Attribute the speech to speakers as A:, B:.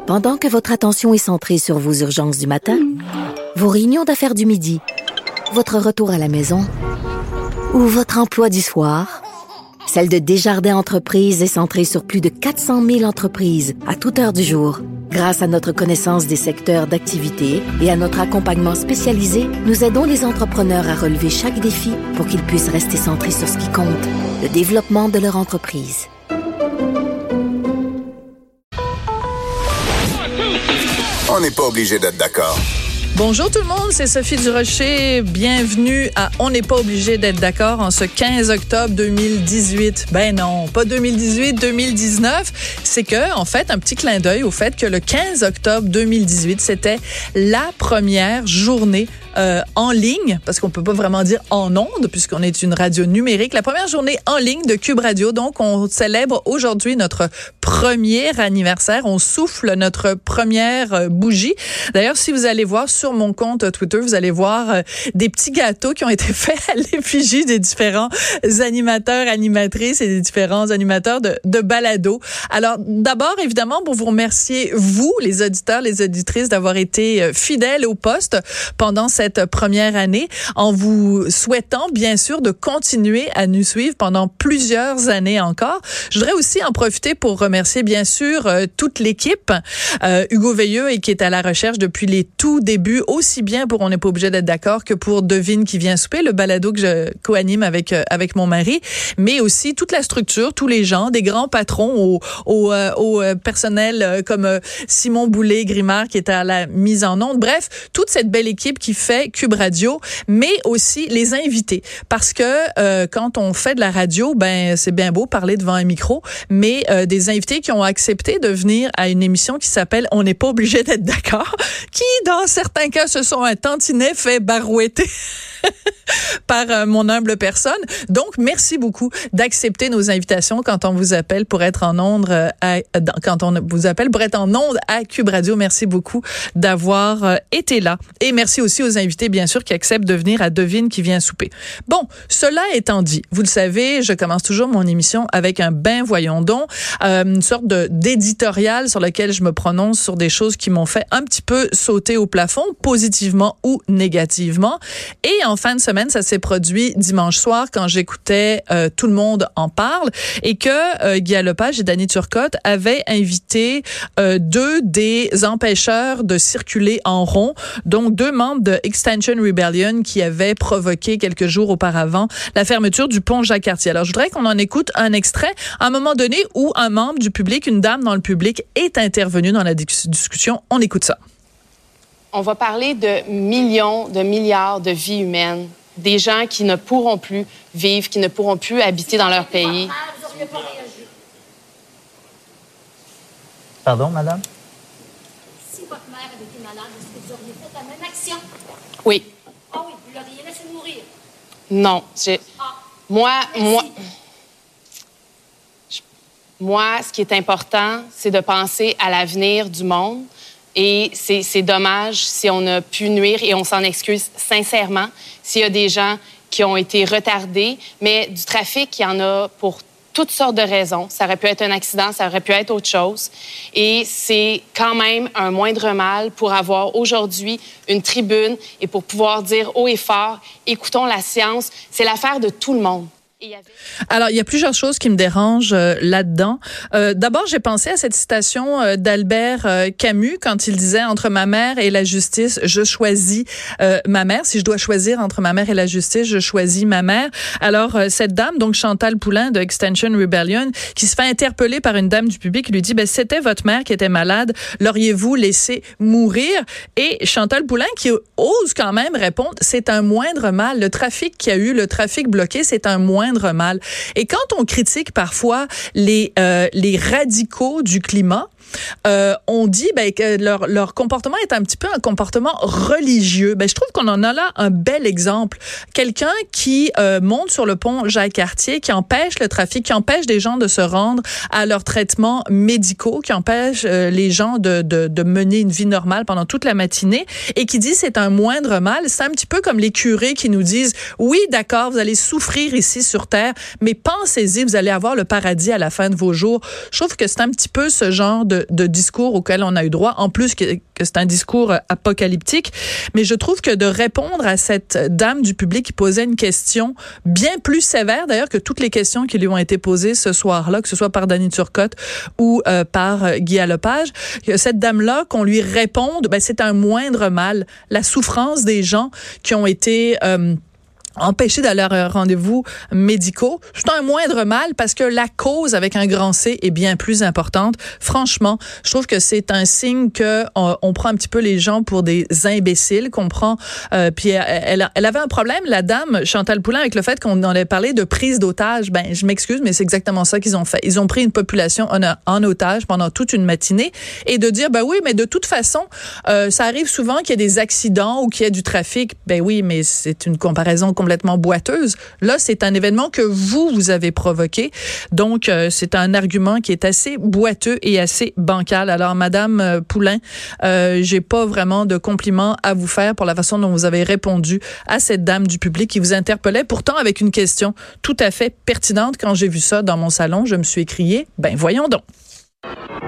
A: Pendant que votre attention est centrée sur vos urgences du matin, vos réunions d'affaires du midi, votre retour à la maison ou votre emploi du soir, celle de Desjardins Entreprises est centrée sur plus de 400 000 entreprises à toute heure du jour. Grâce à notre connaissance des secteurs d'activité et à notre accompagnement spécialisé, nous aidons les entrepreneurs à relever chaque défi pour qu'ils puissent rester centrés sur ce qui compte, le développement de leur entreprise.
B: On n'est pas obligé d'être d'accord.
C: Bonjour tout le monde, c'est Sophie Durocher. Bienvenue à On n'est pas obligé d'être d'accord en ce 15 octobre 2018. Ben non, pas 2018, 2019. C'est que, en fait, un petit clin d'œil au fait que le 15 octobre 2018, c'était la première journée en ligne, parce qu'on peut pas vraiment dire en ondes, puisqu'on est une radio numérique, la première journée en ligne de Cube Radio. Donc, on célèbre aujourd'hui notre premier anniversaire. On souffle notre première bougie. D'ailleurs, si vous allez voir sur mon compte Twitter, vous allez voir des petits gâteaux qui ont été faits à l'effigie des différents animateurs, animatrices et des différents animateurs de balado. Alors, d'abord, évidemment, pour vous remercier, vous, les auditeurs, les auditrices, d'avoir été fidèles au poste pendant cette première année, en vous souhaitant, bien sûr, de continuer à nous suivre pendant plusieurs années encore. Je voudrais aussi en profiter pour remercier, bien sûr, toute l'équipe. Hugo Veilleux, et qui est à la recherche depuis les tout débuts, aussi bien pour On n'est pas obligé d'être d'accord que pour Devine qui vient souper, le balado que je co-anime avec mon mari, mais aussi toute la structure, tous les gens, des grands patrons au personnel comme Simon Boulay-Grimard qui est à la mise en onde. Bref, toute cette belle équipe qui fait Cube Radio, mais aussi les invités. Parce que quand on fait de la radio, ben c'est bien beau parler devant un micro, mais des invités qui ont accepté de venir à une émission qui s'appelle On n'est pas obligé d'être d'accord, qui dans certains cas se sont un tantinet fait barouetter par mon humble personne. Donc, merci beaucoup d'accepter nos invitations quand on vous appelle pour être en ondes quand on vous appelle pour être en ondes à Cube Radio. Merci beaucoup d'avoir été là. Et merci aussi aux invités, bien sûr, qui acceptent de venir à Devine qui vient souper. Bon, cela étant dit, vous le savez, je commence toujours mon émission avec un ben voyons donc, une sorte d'éditorial sur lequel je me prononce sur des choses qui m'ont fait un petit peu sauter au plafond, positivement ou négativement. Et en fin de semaine, ça s'est produit dimanche soir quand j'écoutais Tout le monde en parle et que Guy Lepage et Danny Turcotte avaient invité deux des empêcheurs de circuler en rond, donc deux membres de Extinction Rebellion qui avaient provoqué quelques jours auparavant la fermeture du pont Jacques-Cartier. Alors, je voudrais qu'on en écoute un extrait à un moment donné où un membre du public, une dame dans le public, est intervenue dans la discussion. On écoute ça.
D: On va parler de millions, de milliards de vies humaines, des gens qui ne pourront plus vivre, qui ne pourront plus habiter dans leur pays.
E: Pardon, madame?
F: Si votre mère avait été malade, est-ce que vous auriez fait la même action?
D: Oui.
F: Ah oui, vous l'auriez laissé mourir?
D: Non, Moi, ce qui est important, c'est de penser à l'avenir du monde. Et c'est dommage si on a pu nuire, et on s'en excuse sincèrement, s'il y a des gens qui ont été retardés. Mais du trafic, il y en a pour toutes sortes de raisons. Ça aurait pu être un accident, ça aurait pu être autre chose. Et c'est quand même un moindre mal pour avoir aujourd'hui une tribune et pour pouvoir dire haut et fort, écoutons la science. C'est l'affaire de tout le monde.
C: Alors, il y a plusieurs choses qui me dérangent là-dedans. D'abord, j'ai pensé à cette citation d'Albert Camus quand il disait « Entre ma mère et la justice, je choisis ma mère. Si je dois choisir entre ma mère et la justice, je choisis ma mère. » Alors, cette dame, donc Chantal Poulain de Extinction Rebellion, qui se fait interpeller par une dame du public qui lui dit « C'était votre mère qui était malade, l'auriez-vous laissé mourir? » Et Chantal Poulain qui ose quand même répondre « C'est un moindre mal. Le trafic qu'il y a eu, le trafic bloqué, c'est un moindre mal. » Et quand on critique parfois les radicaux du climat, on dit que leur comportement est un petit peu un comportement religieux. Je trouve qu'on en a là un bel exemple. Quelqu'un qui monte sur le pont Jacques-Cartier, qui empêche le trafic, qui empêche des gens de se rendre à leurs traitements médicaux, qui empêche les gens de mener une vie normale pendant toute la matinée et qui dit c'est un moindre mal. C'est un petit peu comme les curés qui nous disent oui, d'accord, vous allez souffrir ici sur sur terre, mais pensez-y, vous allez avoir le paradis à la fin de vos jours. Je trouve que c'est un petit peu ce genre de discours auquel on a eu droit, en plus que c'est un discours apocalyptique, mais je trouve que de répondre à cette dame du public qui posait une question bien plus sévère, d'ailleurs, que toutes les questions qui lui ont été posées ce soir-là, que ce soit par Danny Turcotte ou par Guy Lepage, que cette dame-là, qu'on lui réponde, ben, c'est un moindre mal. La souffrance des gens qui ont été empêchés d'aller à leurs rendez-vous médicaux, c'est un moindre mal parce que la cause avec un grand C est bien plus importante. Franchement, je trouve que c'est un signe que on prend un petit peu les gens pour des imbéciles, qu'on prend. Puis elle avait un problème, la dame Chantal Poulin, avec le fait qu'on en avait parlé de prise d'otage. Ben, je m'excuse, mais c'est exactement ça qu'ils ont fait. Ils ont pris une population en otage pendant toute une matinée et de dire, ben oui, mais de toute façon, ça arrive souvent qu'il y ait des accidents ou qu'il y ait du trafic. Ben oui, mais c'est une comparaison complètement boiteuse. Là, c'est un événement que vous avez provoqué. Donc, c'est un argument qui est assez boiteux et assez bancal. Alors, Madame Poulin, j'ai pas vraiment de compliments à vous faire pour la façon dont vous avez répondu à cette dame du public qui vous interpellait, pourtant avec une question tout à fait pertinente. Quand j'ai vu ça dans mon salon, je me suis écrié, ben voyons donc.